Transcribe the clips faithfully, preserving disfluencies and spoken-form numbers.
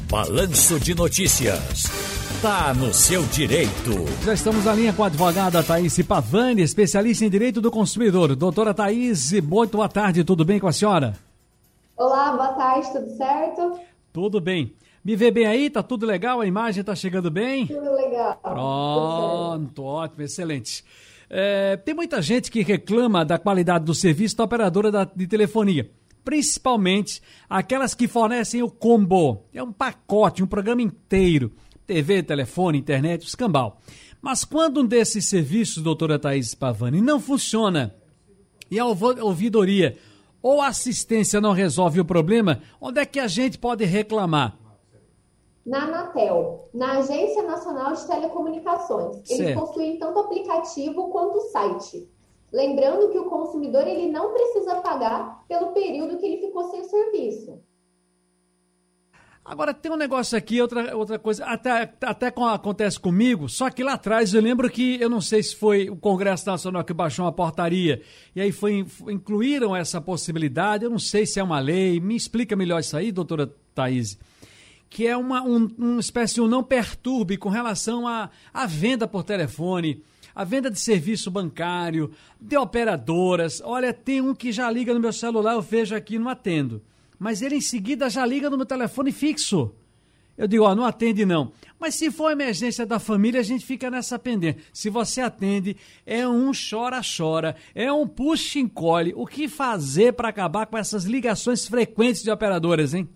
Balanço de Notícias. Tá no seu direito. Já estamos na linha com a advogada Thaís Pavani, especialista em direito do consumidor. Doutora Thaís, muito boa tarde, tudo bem com a senhora? Olá, boa tarde, tudo certo? Tudo bem. Me vê bem aí? Tá tudo legal? A imagem tá chegando bem? Tudo legal. Pronto, ótimo, excelente. É, tem muita gente que reclama da qualidade do serviço da operadora da, de telefonia, principalmente aquelas que fornecem o combo. É um pacote, um programa inteiro, T V, telefone, internet, escambau. Mas quando um desses serviços, doutora Thaís Pavani, não funciona e a ouvidoria ou a assistência não resolve o problema, onde é que a gente pode reclamar? Na Anatel, na Agência Nacional de Telecomunicações. Eles Certo. possuem tanto aplicativo quanto site. Lembrando que o consumidor ele não precisa pagar pelo período que ele ficou sem serviço. Agora, tem um negócio aqui, outra, outra coisa, até, até com- acontece comigo, só que lá atrás eu lembro que, eu não sei se foi o Congresso Nacional que baixou uma portaria, e aí foi, incluíram essa possibilidade, eu não sei se é uma lei, me explica melhor isso aí, doutora Thaís, que é uma, um, uma espécie de um não perturbe com relação à à venda por telefone, a venda de serviço bancário, de operadoras. Olha, tem um que já liga no meu celular, eu vejo aqui e não atendo. Mas ele em seguida já liga no meu telefone fixo. Eu digo, ó, não atende não. Mas se for emergência da família, a gente fica nessa pendência. Se você atende, é um chora-chora, é um puxa-encolhe. O que fazer para acabar com essas ligações frequentes de operadoras, hein?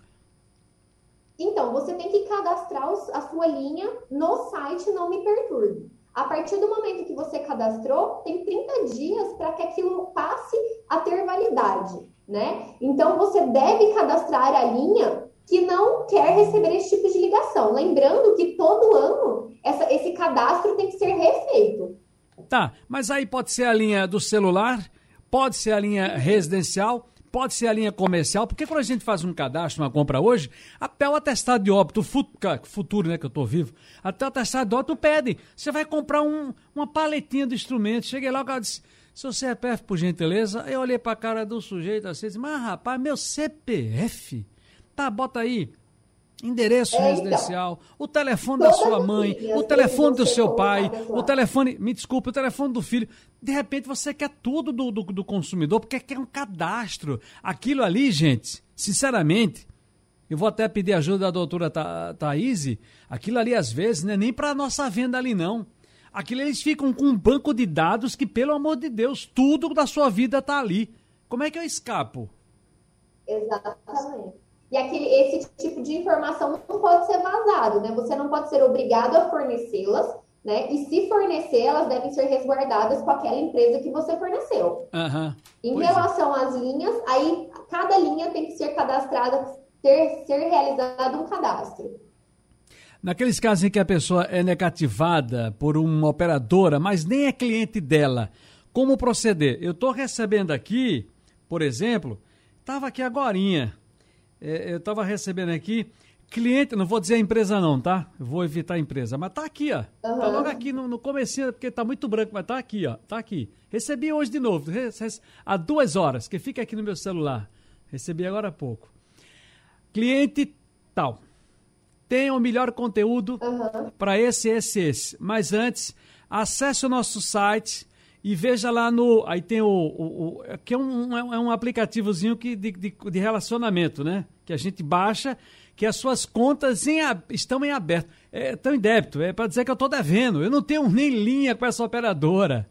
Então, você tem que cadastrar os- a sua linha no site Não Me Perturbe. A partir do momento que você cadastrou, tem trinta dias para que aquilo passe a ter validade, né? Então, você deve cadastrar a linha que não quer receber esse tipo de ligação. Lembrando que todo ano essa- esse cadastro tem que ser refeito. Tá, mas aí pode ser a linha do celular, pode ser a linha residencial, pode ser a linha comercial, porque quando a gente faz um cadastro, uma compra hoje, até o atestado de óbito fu- ca- futuro, né, que eu tô vivo, até o atestado de óbito pede. Você vai comprar um, uma paletinha de instrumentos. Cheguei lá, o cara disse, seu C P F, por gentileza. Eu olhei pra cara do sujeito assim, disse, mas rapaz, meu C P F? Tá, bota aí. Endereço É, então. residencial, o telefone da Todas sua as mãe, linhas o telefone que do você seu colocar pai, desse o lado. telefone, me desculpe, o telefone do filho. De repente você quer tudo do, do, do consumidor, porque quer um cadastro. Aquilo ali, gente, sinceramente, eu vou até pedir ajuda da doutora Tha- Thaís, aquilo ali às vezes não é nem para nossa venda ali não. Aquilo eles ficam com um banco de dados que, pelo amor de Deus, tudo da sua vida tá ali. Como é que eu escapo? Exatamente. E aquele, esse tipo de informação não pode ser vazado, né? Você não pode ser obrigado a fornecê-las, né? E se fornecer, elas devem ser resguardadas com aquela empresa que você forneceu. Aham. Em Pois é. relação às linhas, aí cada linha tem que ser cadastrada, ter, ser realizado um cadastro. Naqueles casos em que a pessoa é negativada por uma operadora, mas nem é cliente dela, como proceder? Eu estou recebendo aqui, por exemplo, estava aqui agorinha, é, eu estava recebendo aqui, cliente, não vou dizer a empresa não, tá? Eu vou evitar a empresa, mas tá aqui, ó. Tá Aham. logo aqui no, no comecinho, porque tá muito branco, mas tá aqui, ó. Tá aqui. Recebi hoje de novo, re- re- há duas horas, que fica aqui no meu celular. Recebi agora há pouco. Cliente tal. Tem o melhor conteúdo Aham. para esse, esse, esse. Mas antes, acesse o nosso site e veja lá no... Aí tem o... o, o que é um, é um aplicativozinho que, de, de, de relacionamento, né? Que a gente baixa, que as suas contas em, a- estão em aberto. É, estão em débito. É para dizer que eu estou devendo. Eu não tenho nem linha com essa operadora.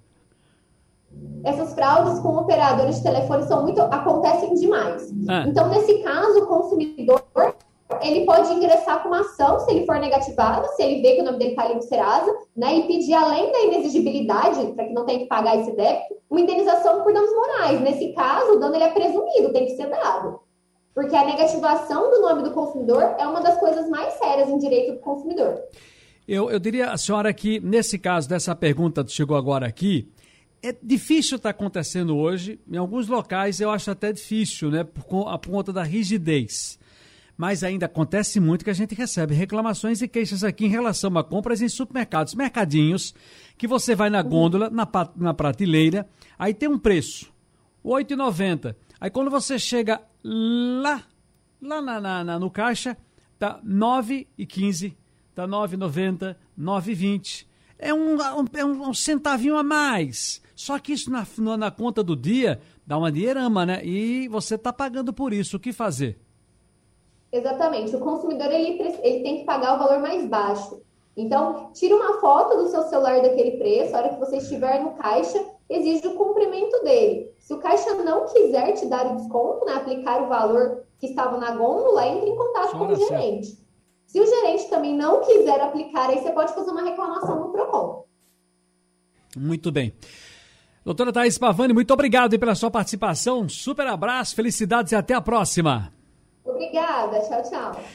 Essas fraudes com operadores de telefone são muito, acontecem demais. Ah. Então, nesse caso, o consumidor ele pode ingressar com uma ação se ele for negativado, se ele vê que o nome dele está ali no Serasa, né, e pedir, além da inexigibilidade, para que não tenha que pagar esse débito, uma indenização por danos morais. Nesse caso, o dano ele é presumido, tem que ser dado. Porque a negativação do nome do consumidor é uma das coisas mais sérias em direito do consumidor. Eu, eu diria à senhora que, nesse caso, dessa pergunta que chegou agora aqui, é difícil estar acontecendo hoje. Em alguns locais eu acho até difícil, né, por, con- por conta da rigidez. Mas ainda acontece muito que a gente recebe reclamações e queixas aqui em relação a compras em supermercados, mercadinhos, que você vai na gôndola, na, pa- na prateleira, aí tem um preço, oito reais e noventa centavos. Aí quando você chega lá, lá na, na- na- no caixa, tá nove e quinze, tá nove e noventa, nove e vinte. É um, um, é um centavinho a mais. Só que isso na, na conta do dia dá uma dinheirama, né? E você tá pagando por isso. O que fazer? Exatamente. O consumidor ele, ele tem que pagar o valor mais baixo. Então, tira uma foto do seu celular daquele preço, a hora que você estiver no caixa, exige o cumprimento dele. Se o caixa não quiser te dar o desconto, né, aplicar o valor que estava na gôndola, entre em contato com o gerente. Se o gerente também não quiser aplicar, aí você pode fazer uma reclamação no Procon. Muito bem. Doutora Thaís Pavani, muito obrigado pela sua participação. Um super abraço, felicidades e até a próxima. Obrigada, tchau, tchau.